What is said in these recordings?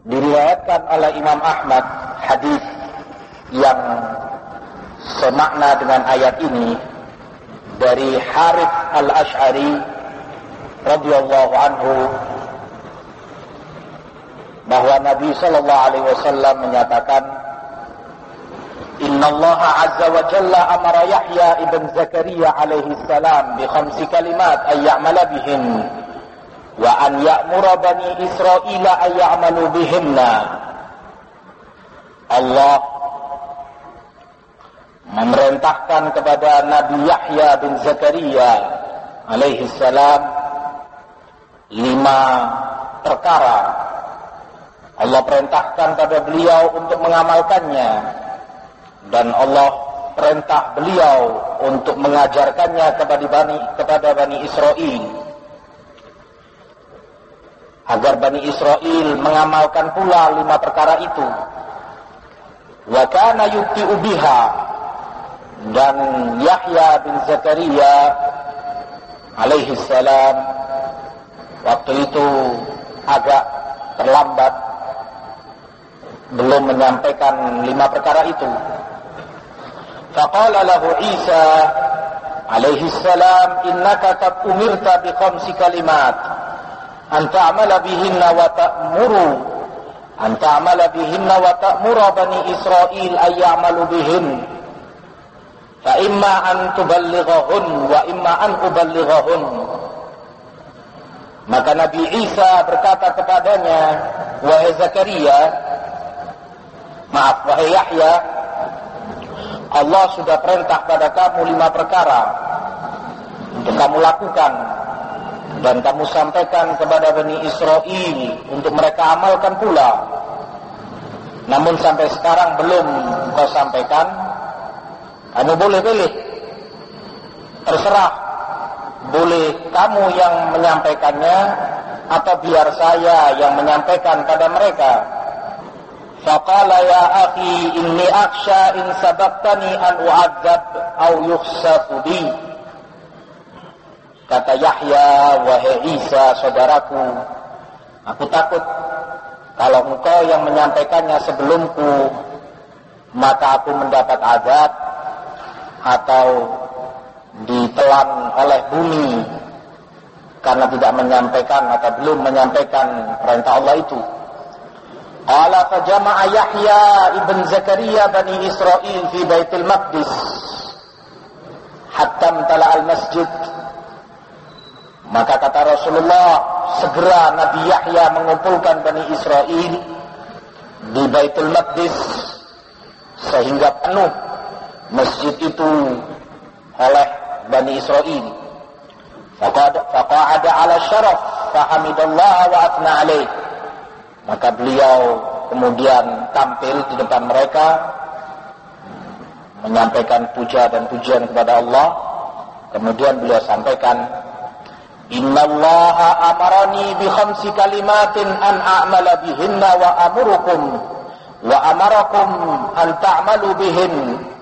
Diriwayatkan oleh Imam Ahmad hadis yang semakna dengan ayat ini dari Harits Al-Asy'ari radhiyallahu anhu bahwa Nabi sallallahu alaihi wasallam menyatakan, "Innallaha 'azza wa jalla amara Yahya ibn Zakaria alaihi salam bi khamsi kalimat ay ya'mala bihin wa an ya'mura bani Israila ay ya'malu bihinna." Allah memerintahkan kepada Nabi Yahya bin Zakaria alaihi salam 5 perkara. Allah perintahkan pada beliau untuk mengamalkannya, dan Allah perintah beliau untuk mengajarkannya kepada Bani Israel, agar Bani Israel mengamalkan pula 5 perkara itu. Wa kana yubti'u biha, dan Yahya bin Zakaria alaihi salam waktu itu agak terlambat, belum menyampaikan 5 perkara itu. Faqala lahu Isa alaihi salam, innaka qad umirta bi khamsi kalimat an ta'mala bihinna wa ta'mura bani Israil ay ya'malu bihin fa imma an tuballighahun wa imma an uballighahun. Maka Nabi Isa berkata kepadanya, wahai Yahya, Allah sudah perintah pada kamu 5 perkara untuk kamu lakukan dan kamu sampaikan kepada Bani Israel untuk mereka amalkan pula. Namun sampai sekarang belum kau sampaikan. Kamu boleh pilih, terserah, boleh kamu yang menyampaikannya atau biar saya yang menyampaikan pada mereka. Faqala ya akhi inni akhsha in sabaqtani an u'adzab aw yukhsafu bi. Kata Yahya, wahai Isa saudaraku, aku takut kalau engkau yang menyampaikannya sebelumku, maka aku mendapat azab atau ditelan oleh bumi karena tidak menyampaikan atau belum menyampaikan perintah Allah itu. Qala fajama'a Yahya ibn Zakaria Bani Israil fi Baitul Maqdis hatta amtala al-masjid. Maka kata Rasulullah, segera Nabi Yahya mengumpulkan Bani Israil di Baitul Maqdis sehingga penuh masjid itu oleh Bani Israil. Faqa'ada 'ala syaraf fahamidallah wa athna alaih. Maka beliau kemudian tampil di depan mereka menyampaikan puja dan pujian kepada Allah. Kemudian beliau sampaikan, innallaha amarani bi khamsi kalimatin an a'mala bihinna wa amarakum an ta'malu bihin.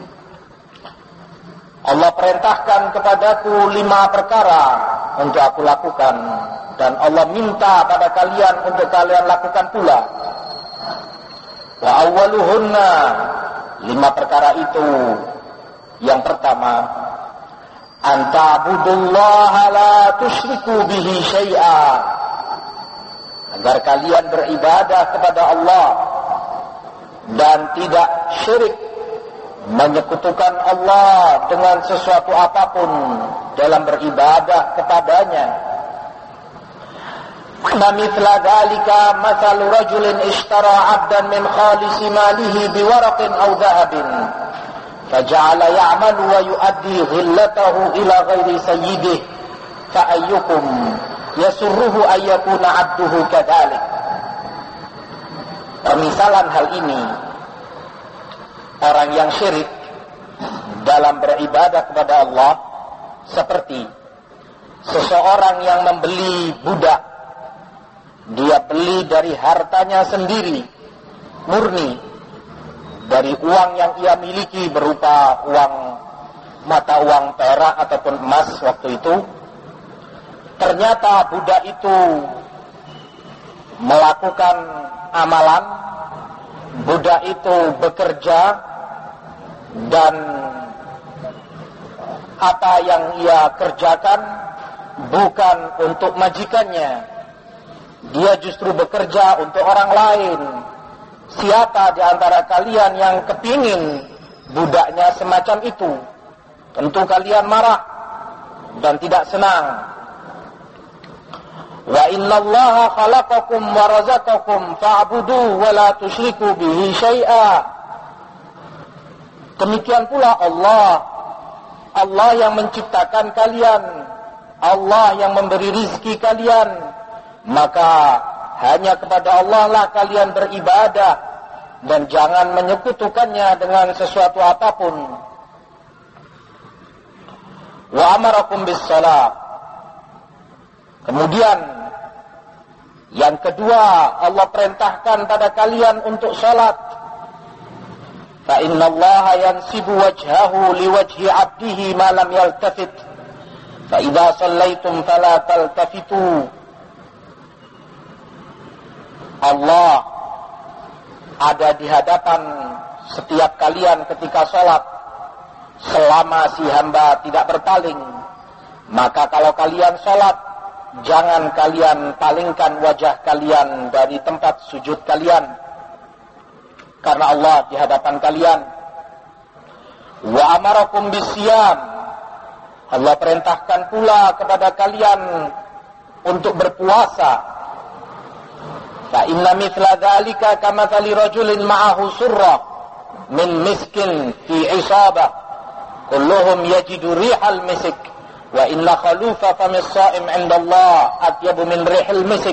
Allah perintahkan kepadaku 5 perkara untuk aku lakukan, dan Allah minta pada kalian untuk kalian lakukan pula. Wa awwaluhunna, 5 perkara itu yang pertama, anta'budullaha la tusyriku bihi syai'a, agar kalian beribadah kepada Allah dan tidak syirik, menyekutukan Allah dengan sesuatu apapun dalam beribadah kepadanya. Mamithla dzalika mathalu rajulin ishtara 'abdan min khalisi malihi biwaraqin aw dhahabin faja'ala ya'malu wa yu'addi ghillatahu ila ghairi sayyidihi fa ayyukum yasurruhu ay yakuna 'abduhu kadzalik. Permisalan hal ini, orang yang syirik dalam beribadah kepada Allah seperti seseorang yang membeli budak. Dia beli dari hartanya sendiri, murni, dari uang yang ia miliki berupa mata uang perak ataupun emas waktu itu. Ternyata budak itu melakukan amalan, budak itu bekerja, dan apa yang ia kerjakan bukan untuk majikannya. Dia justru bekerja untuk orang lain. Siapa di antara kalian yang kepingin budaknya semacam itu? Tentu kalian marah dan tidak senang. Wa innallaha khalaqakum wa razaqakum fa'budu wa la tusyriku bihi syai'a. Demikian pula Allah yang menciptakan kalian, Allah yang memberi rizki kalian, maka hanya kepada Allah lah kalian beribadah dan jangan menyekutukannya dengan sesuatu apapun. Wa amarakum bis shalah. Kemudian yang kedua, Allah perintahkan pada kalian untuk salat. Fa innallaha yansibu wajhahu liwajhi 'abdihi ma lam yaltafit. Fa idza shallaitum fala taltafitu. Allah ada di hadapan setiap kalian ketika salat selama si hamba tidak berpaling. Maka kalau kalian salat, jangan kalian palingkan wajah kalian dari tempat sujud kalian, karena Allah di hadapan kalian. Wa amarakum bisyam. Allah perintahkan pula kepada kalian untuk berpuasa. Fa inna mithla dzalika kamathali rajulin ma'ahu surrah min miskin fi isabah kulluhum yajidu rihal misik. Wa inna khalufa famis sha'im 'inda Allah atyabu min rihil misik.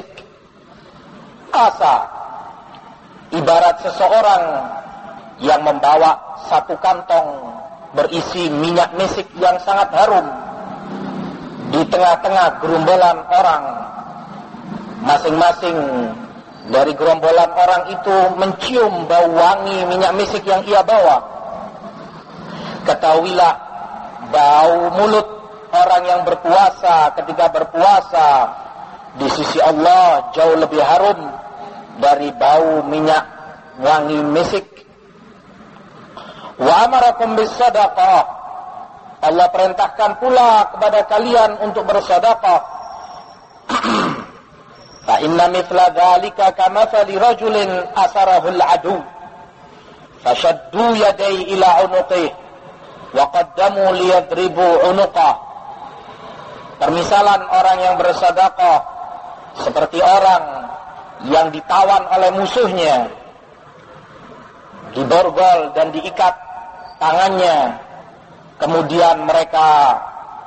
Asa ibarat seseorang yang membawa satu kantong berisi minyak misik yang sangat harum di tengah-tengah gerombolan orang. Masing-masing dari gerombolan orang itu mencium bau wangi minyak misik yang ia bawa. Ketahuilah, bau mulut orang yang berpuasa ketika berpuasa di sisi Allah jauh lebih harum dari bau minyak wangi misik. Wa amarakum bis sadaqah. Allah perintahkan pula kepada kalian untuk bersedekah. Fa inna mithla dzalika kamathali rajulin asarahu al-adu fashaddu yadayhi ila unuqihi wa qaddamu liyadribu unuqah. Permisalan orang yang bersedekah seperti orang yang ditawan oleh musuhnya, diborgol dan diikat tangannya, kemudian mereka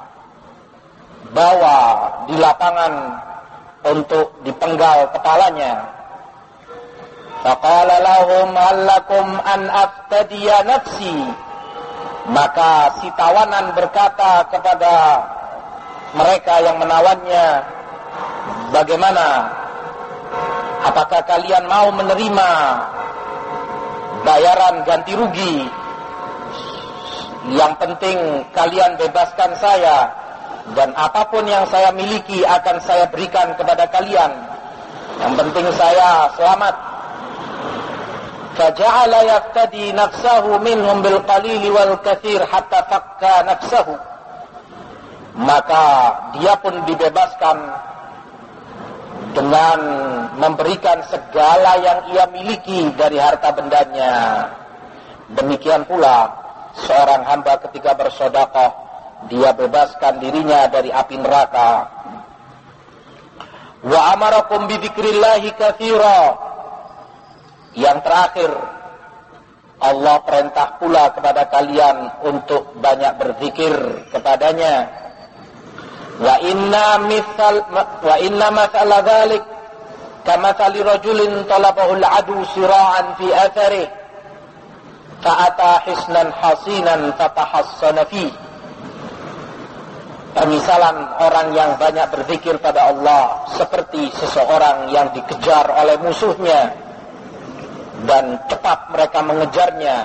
bawa di lapangan untuk dipenggal kepalanya. Faqala lahum halakum an aftadiya nafsi. Maka si tawanan berkata kepada mereka yang menawannya, bagaimana? Apakah kalian mau menerima bayaran ganti rugi? Yang penting kalian bebaskan saya, dan apapun yang saya miliki akan saya berikan kepada kalian. Yang penting saya selamat. Faja'ala yaftadi nafsahu minhum bil qalili wal katsir hatta fakka nafsahu. Maka dia pun dibebaskan dengan memberikan segala yang ia miliki dari harta bendanya. Demikian pula seorang hamba ketika bersedekah, dia bebaskan dirinya dari api neraka. Wa amarakum bi dzikrillahi katsira. Yang terakhir, Allah perintah pula kepada kalian untuk banyak berzikir kepadanya. Wa inna mathala dzalik kamathali rajulin talabahu al-adu sira'an fi atharihi fa'ata hisnan hasinan fatahassana fihi. Permisalan orang yang banyak berzikir pada Allah seperti seseorang yang dikejar oleh musuhnya dan cepat mereka mengejarnya.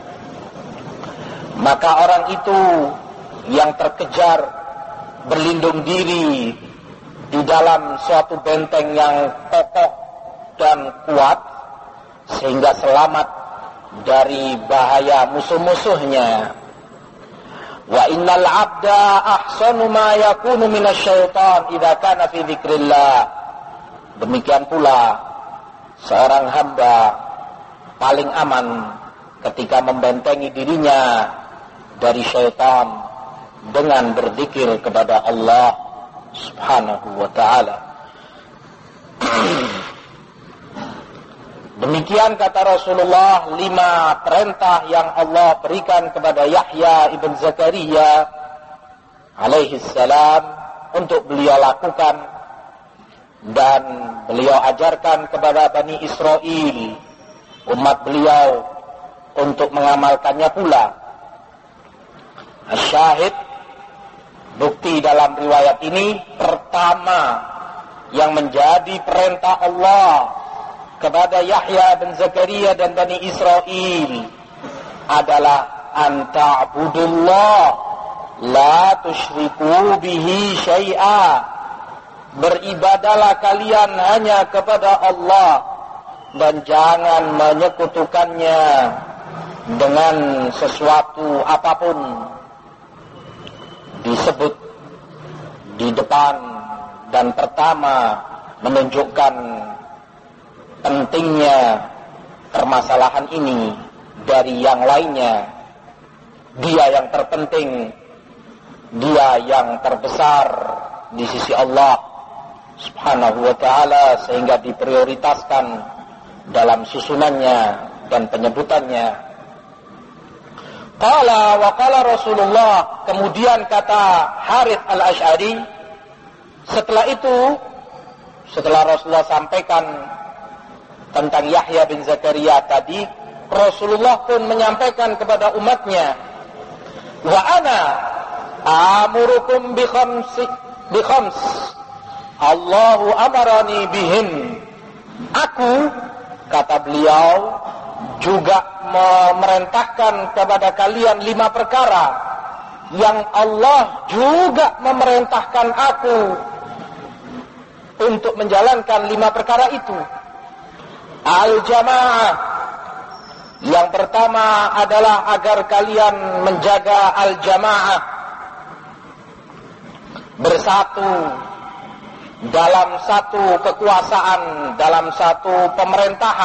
Maka orang itu yang terkejar berlindung diri di dalam suatu benteng yang kokoh dan kuat, sehingga selamat dari bahaya musuh-musuhnya. Wa innal 'abda ahsanu ma yakunu minasyaitan idza kana fi dzikrillah. Demikian pula seorang hamba paling aman ketika membentengi dirinya dari syaitan dengan berzikir kepada Allah Subhanahu wa ta'ala. Demikian kata Rasulullah, 5 perintah yang Allah berikan kepada Yahya ibn Zakaria alaihi salam untuk beliau lakukan dan beliau ajarkan kepada Bani Israel, umat beliau, untuk mengamalkannya pula. Asyahid, bukti dalam riwayat ini, pertama yang menjadi perintah Allah kepada Yahya bin Zakaria dan Bani Israel adalah an ta'budullah la tusyriku bihi syai'a. Beribadalah kalian hanya kepada Allah dan jangan menyekutukannya dengan sesuatu apapun. Disebut di depan dan pertama menunjukkan pentingnya permasalahan ini dari yang lainnya. Dia yang terpenting, dia yang terbesar di sisi Allah Subhanahu wa ta'ala, sehingga diprioritaskan dalam susunannya dan penyebutannya. Qala wa qala Rasulullah, kemudian kata Harith al-Ash'ari, setelah itu, setelah Rasulullah sampaikan tentang Yahya bin Zakaria tadi, Rasulullah pun menyampaikan kepada umatnya, wa ana amurukum bi khams Allahu amarani bihin. Aku, kata beliau, juga memerintahkan kepada kalian 5 perkara yang Allah juga memerintahkan aku untuk menjalankan 5 perkara itu. Al-jamaah, yang pertama adalah agar kalian menjaga al-jamaah, bersatu dalam satu kekuasaan, dalam satu pemerintahan.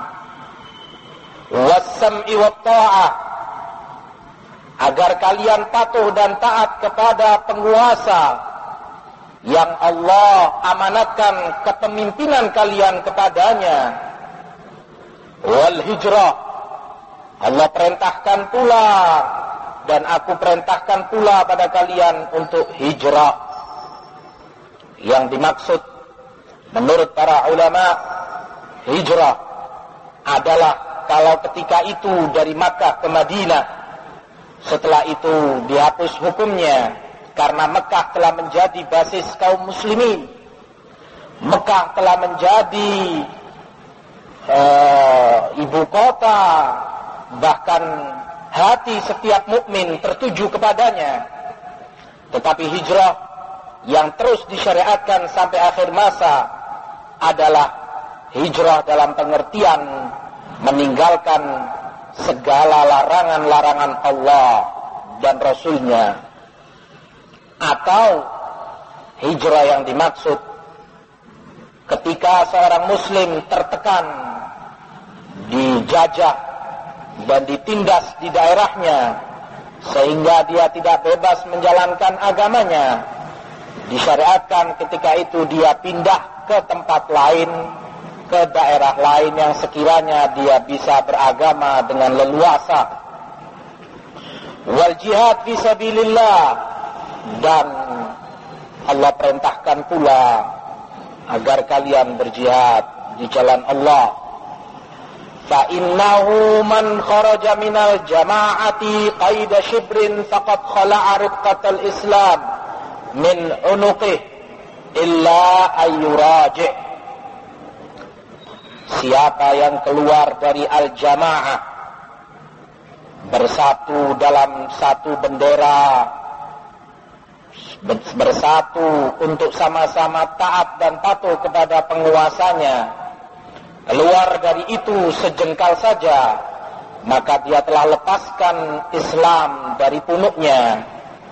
Was-sam'i wat-tha'ah, agar kalian patuh dan taat kepada penguasa yang Allah amanatkan kepemimpinan kalian kepadanya. Wal hijrah, Allah perintahkan pula dan aku perintahkan pula pada kalian untuk hijrah. Yang dimaksud menurut para ulama, hijrah adalah kalau ketika itu dari Makkah ke Madinah, setelah itu dihapus hukumnya karena Mekah telah menjadi basis kaum muslimin. Mekah telah menjadi ibu kota, bahkan hati setiap mukmin tertuju kepadanya. Tetapi hijrah yang terus disyariatkan sampai akhir masa adalah hijrah dalam pengertian meninggalkan segala larangan-larangan Allah dan Rasulnya. Atau hijrah yang dimaksud ketika seorang muslim tertekan, dijajah dan ditindas di daerahnya sehingga dia tidak bebas menjalankan agamanya, disyariatkan ketika itu dia pindah ke tempat lain, ke daerah lain yang sekiranya dia bisa beragama dengan leluasa. Wal jihad fi sabilillah, dan Allah perintahkan pula agar kalian berjihad di jalan Allah. Fa innahu man kharaja minal jama'ati qaida shibrin faqad khala'a ribqatal Islam min unuqih illa ayyuraji'. Siapa yang keluar dari al-jamaah, bersatu dalam satu bendera, bersatu untuk sama-sama taat dan patuh kepada penguasanya, keluar dari itu sejengkal saja, maka dia telah lepaskan Islam dari punuknya.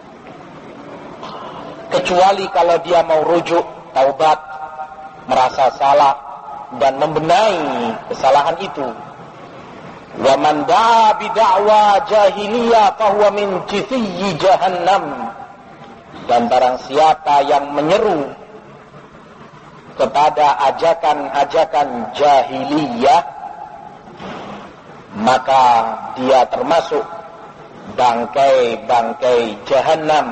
Kecuali kalau dia mau rujuk, taubat, merasa salah dan membenahi kesalahan itu. Wa man da'a bi da'wa jahiliyah fahuwa min jithiyyi jahannam. Dan barang siapa yang menyeru kepada ajakan-ajakan jahiliyah, maka dia termasuk bangkai-bangkai jahannam.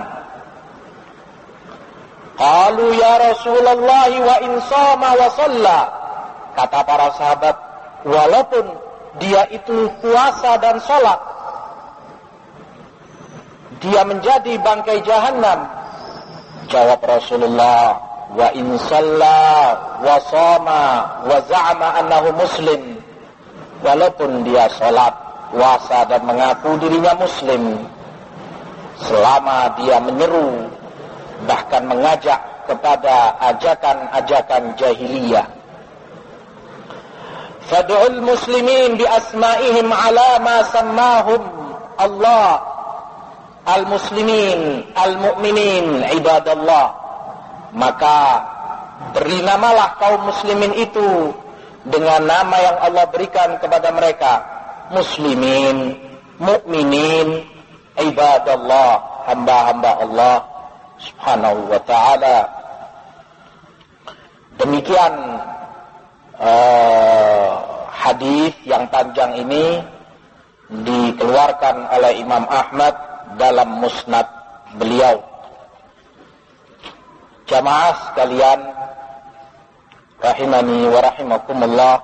Qalu ya Rasulullah wa in shama wa shalla. Kata para sahabat, walaupun dia itu puasa dan sholat, dia menjadi bangkai jahannam. Jawab Rasulullah, wa in shalla wa shama wa za'ama annahu muslim. Walaupun dia sholat, puasa dan mengaku dirinya muslim, selama dia menyeru, bahkan mengajak kepada ajakan-ajakan jahiliyah. Fad'ul muslimin bi asma'ihim ala ma sammahum Allah, al-muslimin, al-mu'minin, ibadallah. Maka beri namalah kaum muslimin itu dengan nama yang Allah berikan kepada mereka, muslimin, mukminin, ibadallah, hamba-hamba Allah Subhanahu wa ta'ala. Demikian hadis yang panjang ini dikeluarkan oleh Imam Ahmad dalam musnad beliau. Jamaah sekalian rahimani wa rahimakumullah,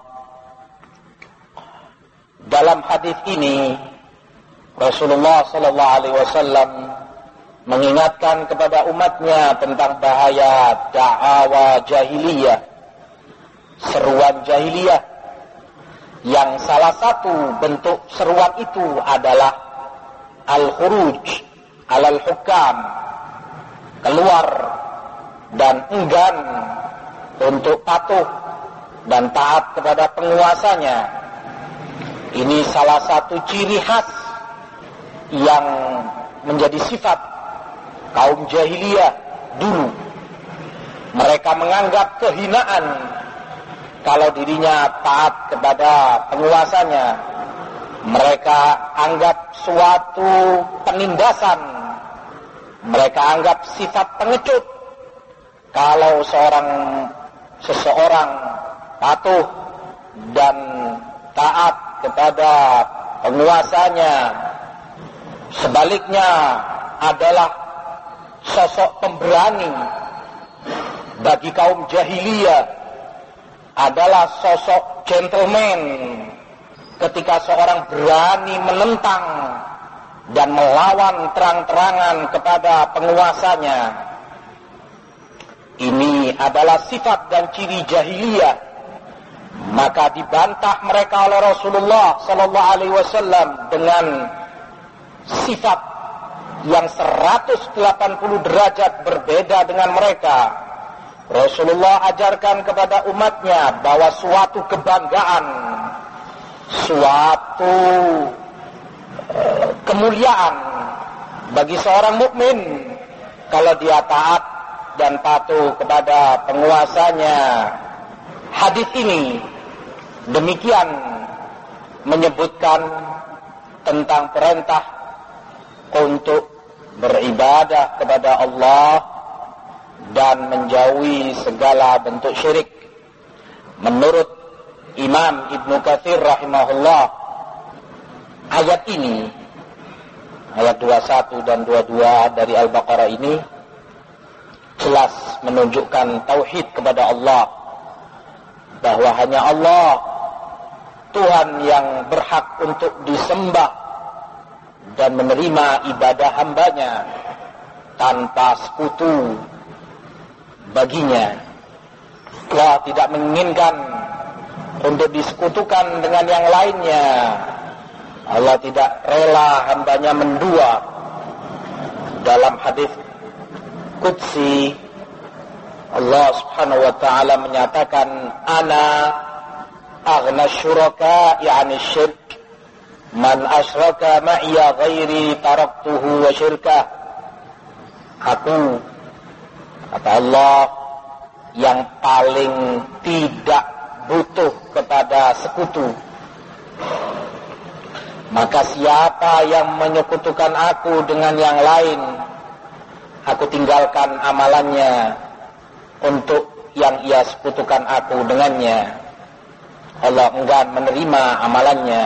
dalam hadis ini Rasulullah sallallahu alaihi wasallam mengingatkan kepada umatnya tentang bahaya da'wa jahiliyah, seruan jahiliyah, yang salah satu bentuk seruan itu adalah al-khuruj alal hukam, keluar dan enggan untuk patuh dan taat kepada penguasanya. Ini salah satu ciri khas yang menjadi sifat kaum jahiliyah dulu. Mereka menganggap kehinaan kalau dirinya taat kepada penguasanya. Mereka anggap suatu penindasan. Mereka anggap sifat pengecut kalau seseorang patuh dan taat kepada penguasanya. Sebaliknya adalah sosok pemberani. Bagi kaum jahiliyah adalah sosok gentleman ketika seorang berani menentang dan melawan terang-terangan kepada penguasanya. Ini adalah sifat dan ciri jahiliyah. Maka dibantah mereka oleh Rasulullah sallallahu alaihi wasallam dengan sifat yang 180 derajat berbeda dengan mereka. Rasulullah ajarkan kepada umatnya bahwa suatu kebanggaan, suatu kemuliaan bagi seorang mukmin kalau dia taat dan patuh kepada penguasanya. Hadis ini demikian menyebutkan tentang perintah untuk beribadah kepada Allah dan menjauhi segala bentuk syirik. Menurut Imam Ibnu Katsir rahimahullah, ayat ini, ayat 21 dan 22 dari Al-Baqarah ini jelas menunjukkan tauhid kepada Allah, bahwa hanya Allah Tuhan yang berhak untuk disembah dan menerima ibadah hambanya tanpa sekutu baginya. Allah tidak menginginkan untuk disekutukan dengan yang lainnya. Allah tidak rela hambanya mendua. Dalam hadis qudsi Allah subhanahu wa ta'ala menyatakan, ana aghna syuraka yani syirk. Man asyraka ma'iya ghairi taraktuhu wa syirkah. Aku, kata Allah, yang paling tidak butuh kepada sekutu. Maka siapa yang menyekutukan aku dengan yang lain, aku tinggalkan amalannya untuk yang ia sekutukan aku dengannya. Allah enggan menerima amalannya.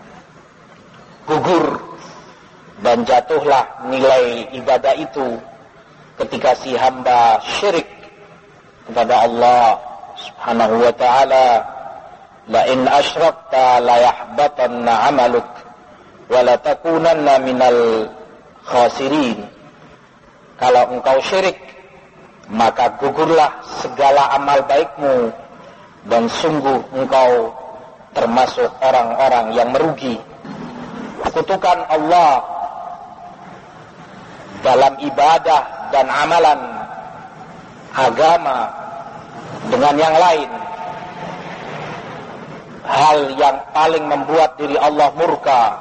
Gugur dan jatuhlah nilai ibadah itu ketika si hamba syirik kepada Allah subhanahu wa ta'ala. La in asyrakta la yahbatanna amaluk wa la takunanna minal khasirin. Kalau engkau syirik, maka gugurlah segala amal baikmu dan sungguh engkau termasuk orang-orang yang merugi. Sekutukan Allah dalam ibadah dan amalan agama dengan yang lain, hal yang paling membuat diri Allah murka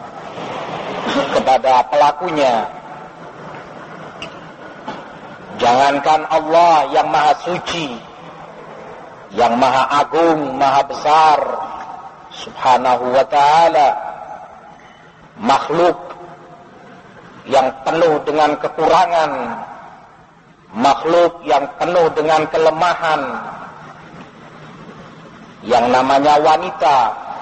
kepada pelakunya. Jangankan Allah yang maha suci, yang maha agung, maha besar subhanahu wa ta'ala, makhluk yang penuh dengan kekurangan, makhluk yang penuh dengan kelemahan, yang namanya wanita,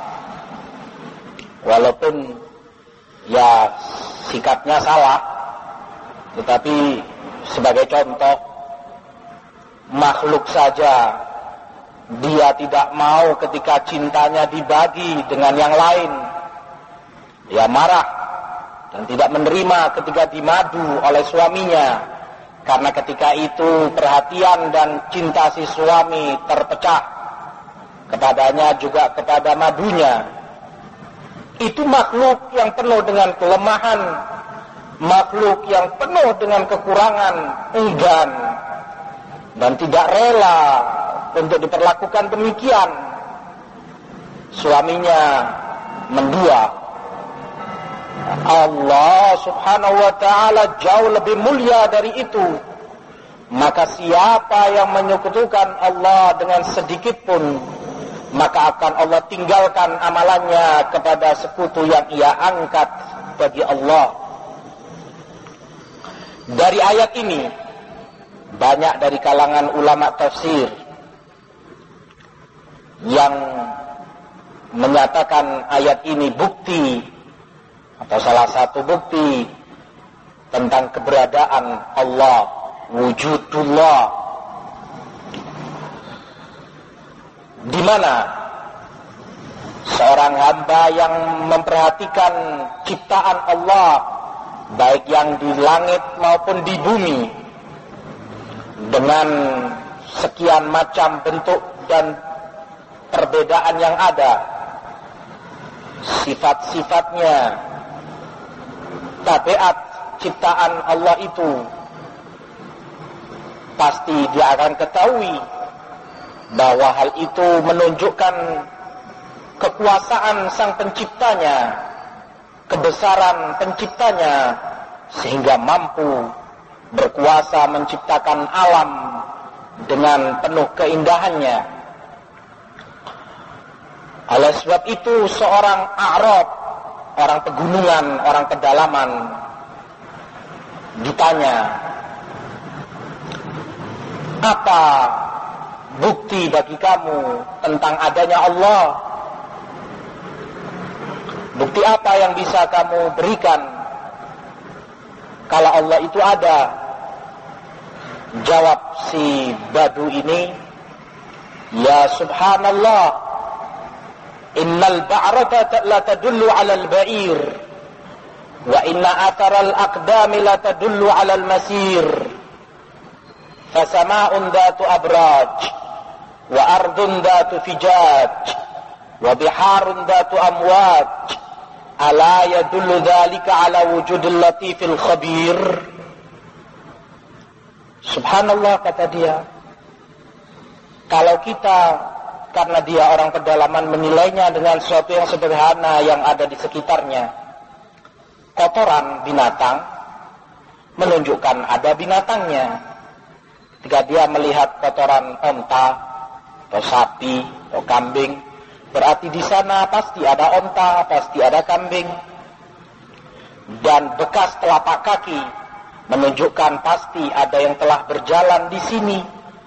walaupun ya sikapnya salah, tetapi sebagai contoh, makhluk saja dia tidak mau ketika cintanya dibagi dengan yang lain. Dia marah dan tidak menerima ketika dimadu oleh suaminya, karena ketika itu perhatian dan cinta si suami terpecah kepadanya juga kepada madunya. Itu makhluk yang penuh dengan kelemahan, makhluk yang penuh dengan kekurangan, enggan dan tidak rela untuk diperlakukan demikian. Suaminya mendua. Allah subhanahu wa ta'ala jauh lebih mulia dari itu. Maka siapa yang menyekutukan Allah dengan sedikit pun, maka akan Allah tinggalkan amalannya kepada sekutu yang ia angkat bagi Allah. Dari ayat ini, banyak dari kalangan ulama tafsir yang menyatakan ayat ini bukti atau salah satu bukti tentang keberadaan Allah, wujudullah, di mana seorang hamba yang memperhatikan ciptaan Allah, baik yang di langit maupun di bumi, dengan sekian macam bentuk dan perbedaan yang ada, sifat-sifatnya, tabiat ciptaan Allah itu, pasti dia akan ketahui bahwa hal itu menunjukkan kekuasaan sang penciptanya, kebesaran penciptanya, sehingga mampu berkuasa menciptakan alam dengan penuh keindahannya. Oleh sebab itu seorang A'rab, orang pegunungan, orang pedalaman, ditanya, apa bukti bagi kamu tentang adanya Allah? Bukti apa yang bisa kamu berikan kalau Allah itu ada? Jawab si badu ini, ya subhanallah, innal ba'rata la tadullu 'alal ba'ir wa inna atharal aqdami la tadullu 'alal masir fasama'un datu abraj wa ardun datu fijaj wa biharun datu amwaj ala yadullu dhalika 'ala wujudil latifil khabir. Subhanallah, kata dia, kalau kita karena dia orang pedalaman menilainya dengan sesuatu yang sederhana yang ada di sekitarnya. Kotoran binatang menunjukkan ada binatangnya. Jika dia melihat kotoran onta atau sapi atau kambing, berarti di sana pasti ada onta, pasti ada kambing. Dan bekas telapak kaki menunjukkan pasti ada yang telah berjalan di sini.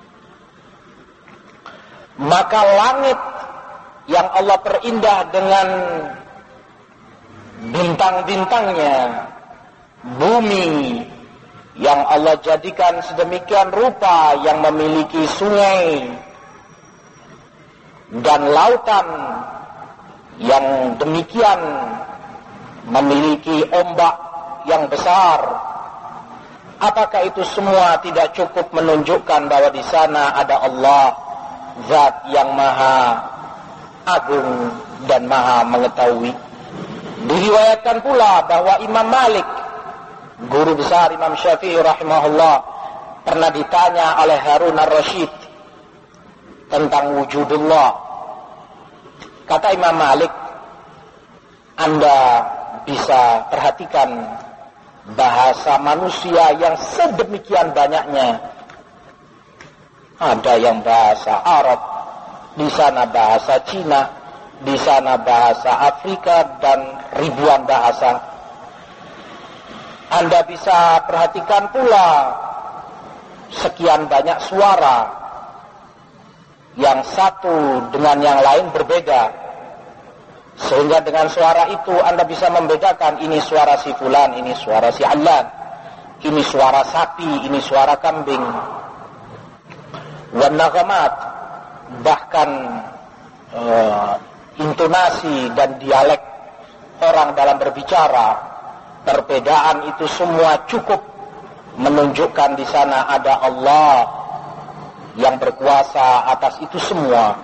Maka langit yang Allah perindah dengan bintang-bintangnya, bumi yang Allah jadikan sedemikian rupa, yang memiliki sungai dan lautan yang demikian memiliki ombak yang besar. Apakah itu semua tidak cukup menunjukkan bahwa di sana ada Allah, Zat yang maha agung dan maha mengetahui? Diriwayatkan pula bahwa Imam Malik, guru besar Imam Syafi'i rahimahullah, pernah ditanya oleh Harun ar-Rasyid tentang wujudullah. Kata Imam Malik, Anda bisa perhatikan bahasa manusia yang sedemikian banyaknya. Ada yang bahasa Arab, di sana bahasa Cina, di sana bahasa Afrika, dan ribuan bahasa. Anda bisa perhatikan pula sekian banyak suara yang satu dengan yang lain berbeda, sehingga dengan suara itu Anda bisa membedakan ini suara si fulan, ini suara si Allan, ini suara sapi, ini suara kambing. Wan naghamat, bahkan intonasi dan dialek orang dalam berbicara, perbedaan itu semua cukup menunjukkan di sana ada Allah yang berkuasa atas itu semua.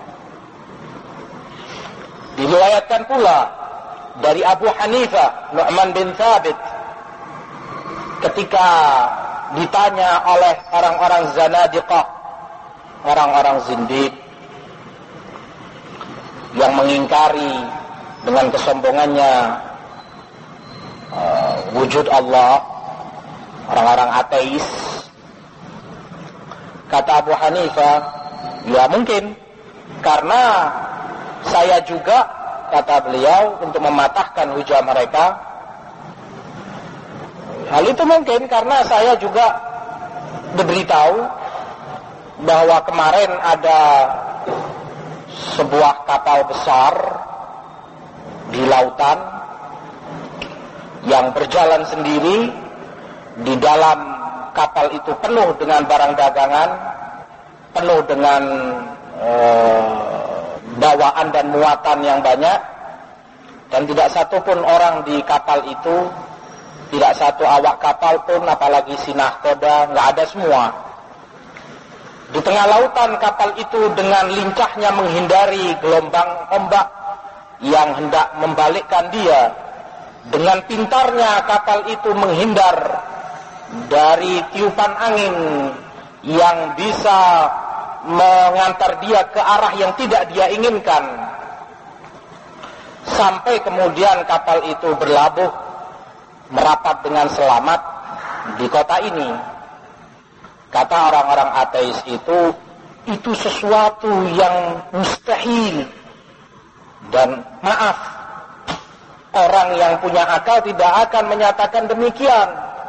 Diriwayatkan pula dari Abu Hanifah Nu'man bin Thabit, ketika ditanya oleh orang-orang Zanadiqah, orang-orang zindiq yang mengingkari dengan kesombongannya wujud Allah, orang-orang ateis, kata Abu Hanifah, ya mungkin, karena saya juga, kata beliau, untuk mematahkan hujah mereka, hal itu mungkin karena saya juga diberitahu bahwa kemarin ada sebuah kapal besar di lautan yang berjalan sendiri. Di dalam kapal itu penuh dengan barang dagangan, penuh dengan bawaan dan muatan yang banyak, dan tidak satu pun orang di kapal itu, tidak satu awak kapal pun, apalagi si nahkoda, nggak ada semua. Di tengah lautan kapal itu dengan lincahnya menghindari gelombang ombak yang hendak membalikkan dia. Dengan pintarnya kapal itu menghindar dari tiupan angin yang bisa mengantar dia ke arah yang tidak dia inginkan. Sampai kemudian kapal itu berlabuh merapat dengan selamat di kota ini. Kata orang-orang ateis itu sesuatu yang mustahil. Dan maaf, orang yang punya akal tidak akan menyatakan demikian.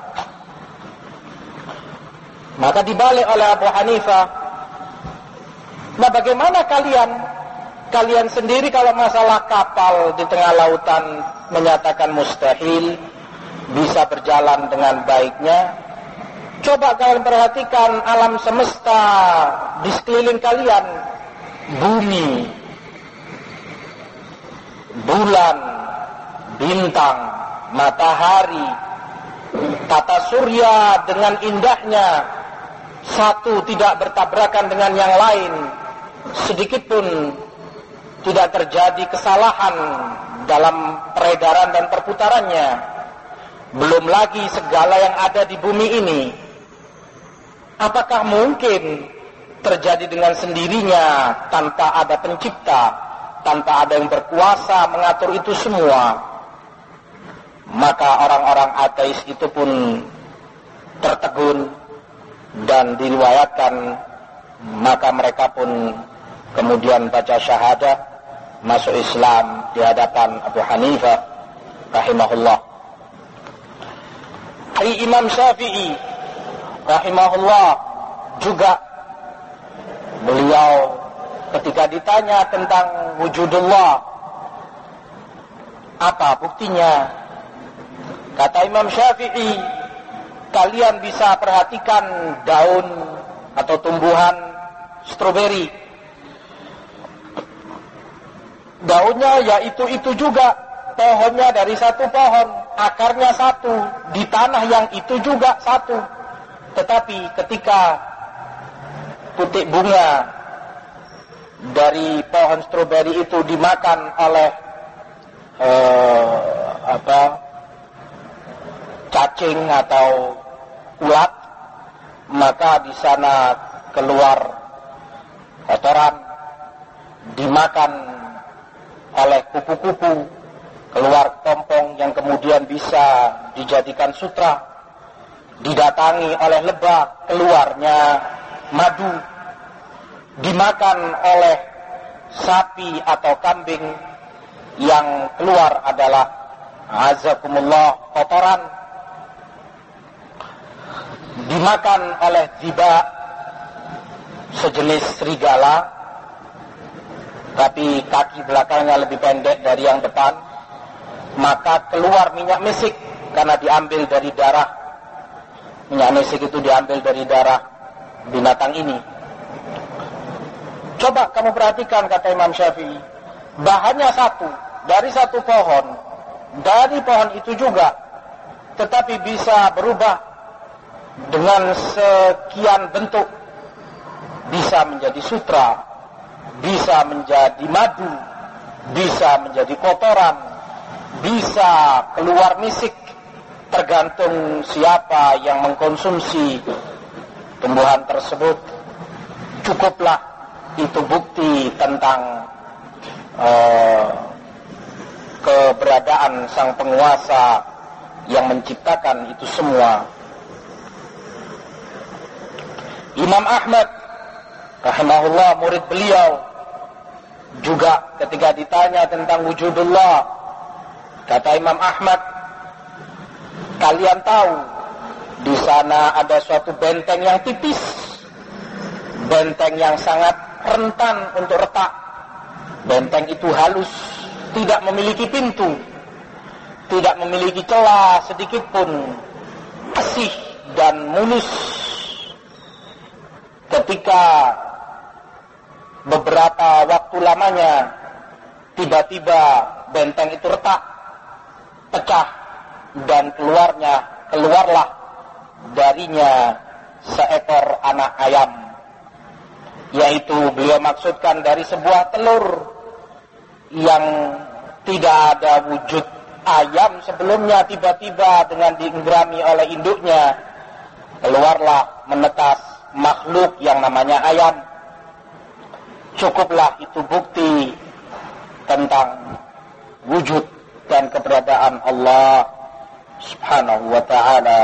Maka dibalik oleh Abu Hanifah, nah bagaimana kalian sendiri kalau masalah kapal di tengah lautan menyatakan mustahil bisa berjalan dengan baiknya? Coba kalian perhatikan alam semesta di sekeliling kalian. Bumi, bulan, bintang, matahari, tata surya dengan indahnya, satu tidak bertabrakan dengan yang lain, sedikit pun tidak terjadi kesalahan dalam peredaran dan perputarannya. Belum lagi segala yang ada di bumi ini. Apakah mungkin terjadi dengan sendirinya tanpa ada pencipta, tanpa ada yang berkuasa mengatur itu semua, maka orang-orang ateis itu pun tertegun dan diriwayatkan maka mereka pun kemudian baca syahadah masuk Islam di hadapan Abu Hanifah rahimahullah. Imam Syafi'i rahimahullah juga, beliau ketika ditanya tentang wujudullah, apa buktinya? Kata Imam Syafi'i, kalian bisa perhatikan daun atau tumbuhan stroberi. Daunnya ya itu juga, pohonnya dari satu pohon, akarnya satu, di tanah yang itu juga satu. Tetapi ketika putik bunga dari pohon stroberi itu dimakan oleh cacing atau ulat, maka di sana keluar kotoran, dimakan oleh kupu-kupu, keluar tompong yang kemudian bisa dijadikan sutra, didatangi oleh lebah, keluarnya madu, dimakan oleh sapi atau kambing, yang keluar adalah azakumullah kotoran, dimakan oleh dhiba, sejenis serigala, tapi kaki belakangnya lebih pendek dari yang depan, maka keluar minyak misik karena diambil dari darah. Minyak misik itu diambil dari darah binatang ini. Coba kamu perhatikan, kata Imam Syafi'i, bahannya satu, dari satu pohon, dari pohon itu juga, tetapi bisa berubah dengan sekian bentuk, bisa menjadi sutra, bisa menjadi madu, bisa menjadi kotoran, bisa keluar misik, tergantung siapa yang mengkonsumsi tumbuhan tersebut. Cukuplah itu bukti tentang keberadaan sang penguasa yang menciptakan itu semua. Imam Ahmad rahimahullah, murid beliau, juga ketika ditanya tentang wujudullah, kata Imam Ahmad, kalian tahu di sana ada suatu benteng yang tipis, benteng yang sangat rentan untuk retak. Benteng itu halus, tidak memiliki pintu, tidak memiliki celah sedikit pun, bersih dan mulus. Ketika beberapa waktu lamanya, tiba-tiba benteng itu retak, pecah, dan keluarlah darinya seekor anak ayam, yaitu beliau maksudkan dari sebuah telur yang tidak ada wujud ayam sebelumnya, tiba-tiba dengan diinggrami oleh induknya, keluarlah menetas makhluk yang namanya ayam. Cukuplah itu bukti tentang wujud dan keberadaan Allah subhanahu wa ta'ala.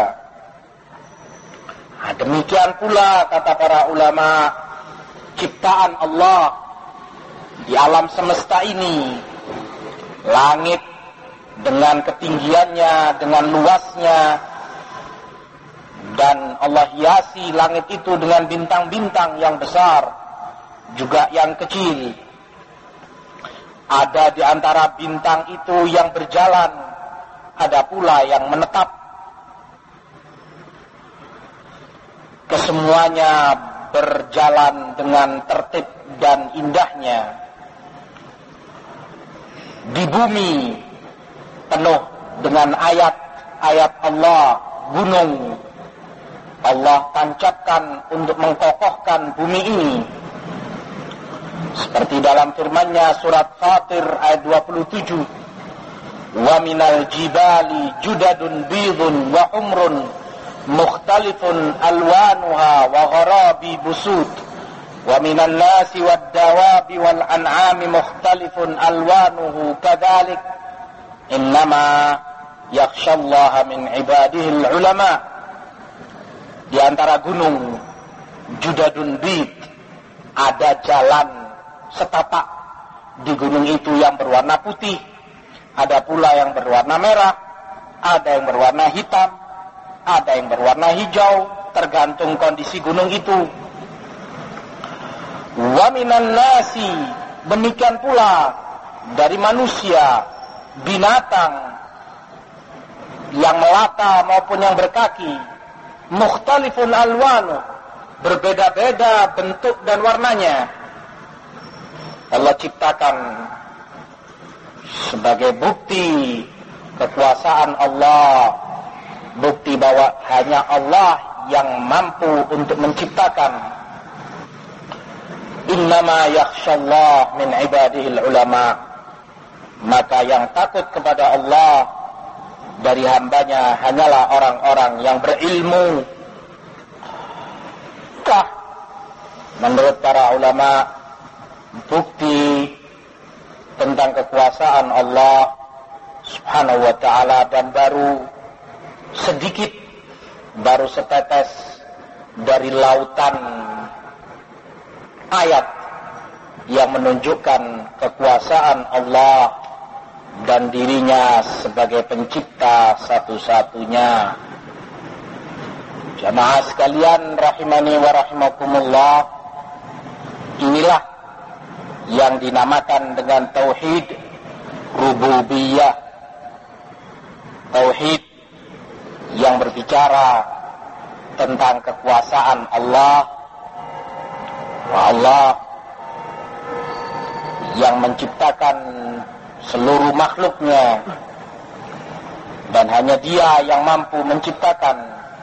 Demikian pula kata para ulama, ciptaan Allah di alam semesta ini, langit dengan ketinggiannya, dengan luasnya, dan Allah hiasi langit itu dengan bintang-bintang yang besar, juga yang kecil. Ada di antara bintang itu yang berjalan, ada pula yang menetap. Kesemuanya berjalan dengan tertib dan indahnya. Di bumi penuh dengan ayat-ayat Allah, gunung Allah tancapkan untuk mengkokohkan bumi ini. Seperti dalam firman-Nya surat Fatir ayat 27, "Wa minal jibali judadun bidun wa umrun mukhtalifun alwanuha wa gharabi busud wa minan nasi wad dawabi wal an'ami mukhtalifun alwanuhu kadzalik innama yakhshallaha min ibadihi ulama. Di antara gunung Judadun Bid ada jalan setapak. Di gunung itu yang berwarna putih, ada pula yang berwarna merah, ada yang berwarna hitam, ada yang berwarna hijau, tergantung kondisi gunung itu. Wa minan nasi, demikian pula dari manusia, binatang yang melata maupun yang berkaki, mukhtalifun alwanu, berbeda-beda bentuk dan warnanya. Allah ciptakan sebagai bukti kekuasaan Allah, bukti bahwa hanya Allah yang mampu untuk menciptakan. Innama yakhshallah min ibadihil ulama. Maka yang takut kepada Allah dari hambanya hanyalah orang-orang yang berilmu. Menurut para ulama, bukti tentang kekuasaan Allah Subhanahu wa ta'ala, dan baru sedikit, baru setetes dari lautan ayat yang menunjukkan kekuasaan Allah dan dirinya sebagai pencipta satu-satunya. Jamaah sekalian rahimani wa rahimakumullah, inilah yang dinamakan dengan tauhid rububiyah. Tauhid yang berbicara tentang kekuasaan Allah, Allah yang menciptakan seluruh makhluknya, dan hanya Dia yang mampu menciptakan.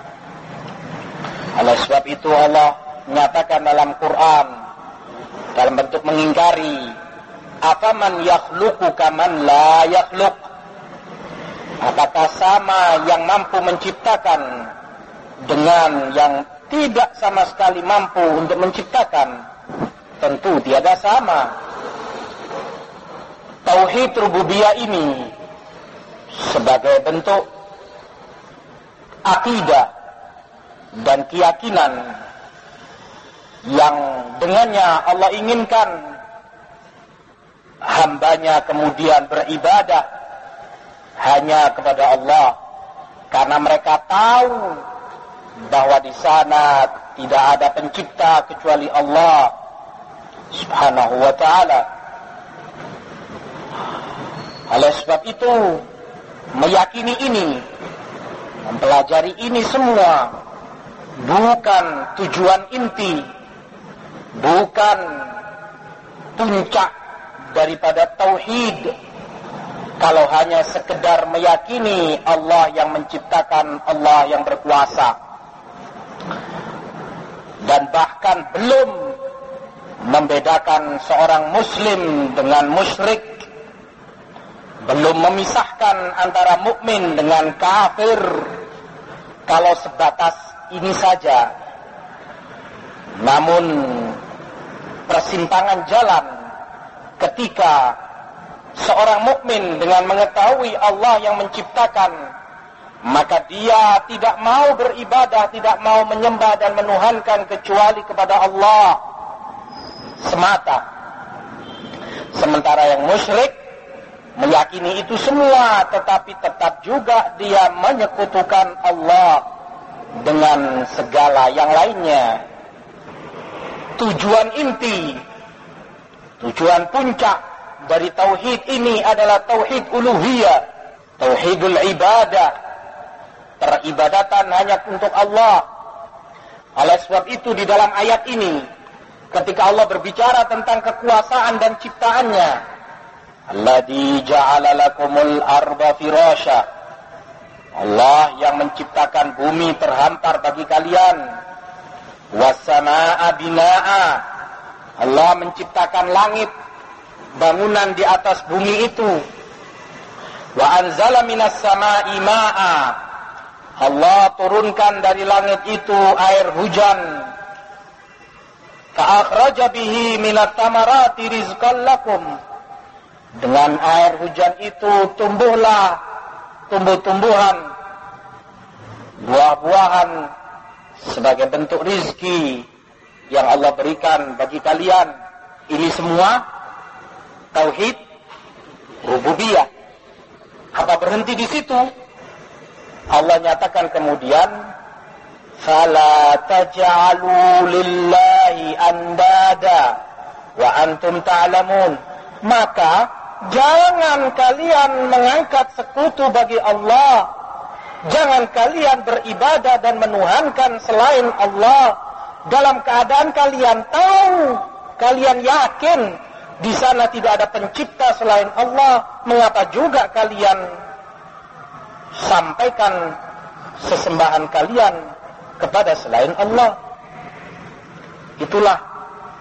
Oleh sebab itu Allah menyatakan dalam Quran dalam bentuk mengingkari, afaman yakhluqu kaman la yakhluq. Apakah sama yang mampu menciptakan dengan yang tidak sama sekali mampu untuk menciptakan? Tentu tiada sama. Tauhid rububiyah ini sebagai bentuk akidah dan keyakinan yang dengannya Allah inginkan hambanya kemudian beribadah hanya kepada Allah, karena mereka tahu bahwa di sana tidak ada pencipta kecuali Allah Subhanahu wa ta'ala. Oleh sebab itu, meyakini ini, mempelajari ini semua bukan tujuan inti, bukan puncak daripada tauhid. Kalau hanya sekedar meyakini Allah yang menciptakan, Allah yang berkuasa, dan bahkan belum membedakan seorang muslim dengan musyrik, belum memisahkan antara mukmin dengan kafir. Kalau sebatas ini saja, namun persimpangan jalan ketika seorang mukmin dengan mengetahui Allah yang menciptakan, maka dia tidak mau beribadah, tidak mau menyembah dan menuhankan kecuali kepada Allah semata. Sementara yang musyrik meyakini itu semua, tetapi tetap juga dia menyekutukan Allah dengan segala yang lainnya. Tujuan inti, tujuan puncak dari tauhid ini adalah tauhid uluhiyah, tauhidul ibadah, peribadatan hanya untuk Allah. Oleh sebab itu di dalam ayat ini, ketika Allah berbicara tentang kekuasaan dan ciptaannya, alladzi ja'ala lakumul arda firasya, Allah yang menciptakan bumi terhampar bagi kalian, wassamaa'a binaa'a, Allah menciptakan langit, bangunan di atas bumi itu, wa anzala minas samaa'i maa'a, Allah turunkan dari langit itu air hujan, fa akhraja bihi minat tamarati rizqan lakum. Dengan air hujan itu tumbuhlah tumbuh-tumbuhan, buah-buahan sebagai bentuk rizki yang Allah berikan bagi kalian. Ini semua tauhid rububiyah. Apa berhenti di situ? Allah nyatakan kemudian, fala taj'alu lillahi andada wa antum ta'lamun. Maka jangan kalian mengangkat sekutu bagi Allah. Jangan kalian beribadah dan menuhankan selain Allah dalam keadaan kalian tahu, kalian yakin di sana tidak ada pencipta selain Allah. Mengapa juga kalian sampaikan sesembahan kalian kepada selain Allah? Itulah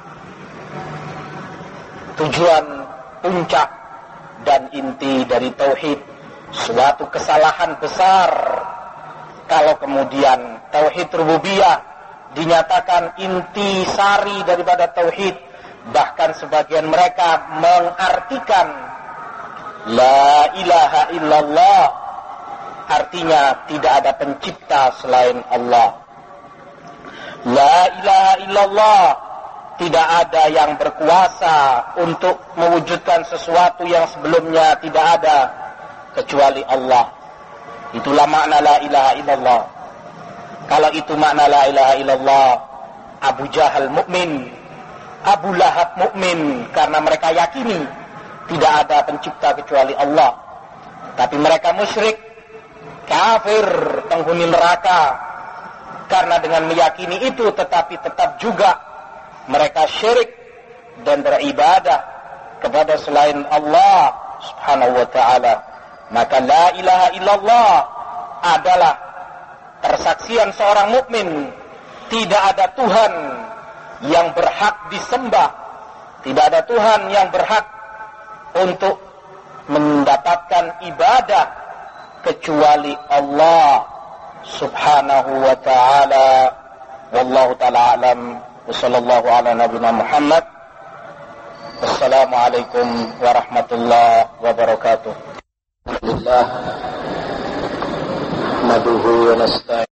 tujuan puncak dan inti dari tauhid. Suatu kesalahan besar kalau kemudian tauhid rububiyah dinyatakan inti sari daripada tauhid. Bahkan sebagian mereka mengartikan la ilaha illallah, artinya tidak ada pencipta selain Allah. La ilaha illallah, tidak ada yang berkuasa untuk mewujudkan sesuatu yang sebelumnya tidak ada kecuali Allah. Itulah makna la ilaha illallah. Kalau itu makna la ilaha illallah, Abu Jahal mukmin, Abu Lahab mukmin, karena mereka yakini tidak ada pencipta kecuali Allah. Tapi mereka musyrik, kafir, penghuni neraka. Karena dengan meyakini itu tetapi tetap juga mereka syirik dan beribadah kepada selain Allah Subhanahu wa ta'ala. Maka la ilaha illallah adalah persaksian seorang mukmin tidak ada Tuhan yang berhak disembah, tidak ada Tuhan yang berhak untuk mendapatkan ibadah kecuali Allah Subhanahu wa ta'ala. Wallahu ta'ala alam. Wa sallallahu ala nabiyina Muhammad. Wassalamualaikum warahmatullahi wabarakatuh. Alhamdulillah. Nahmaduhu wa nasta'in.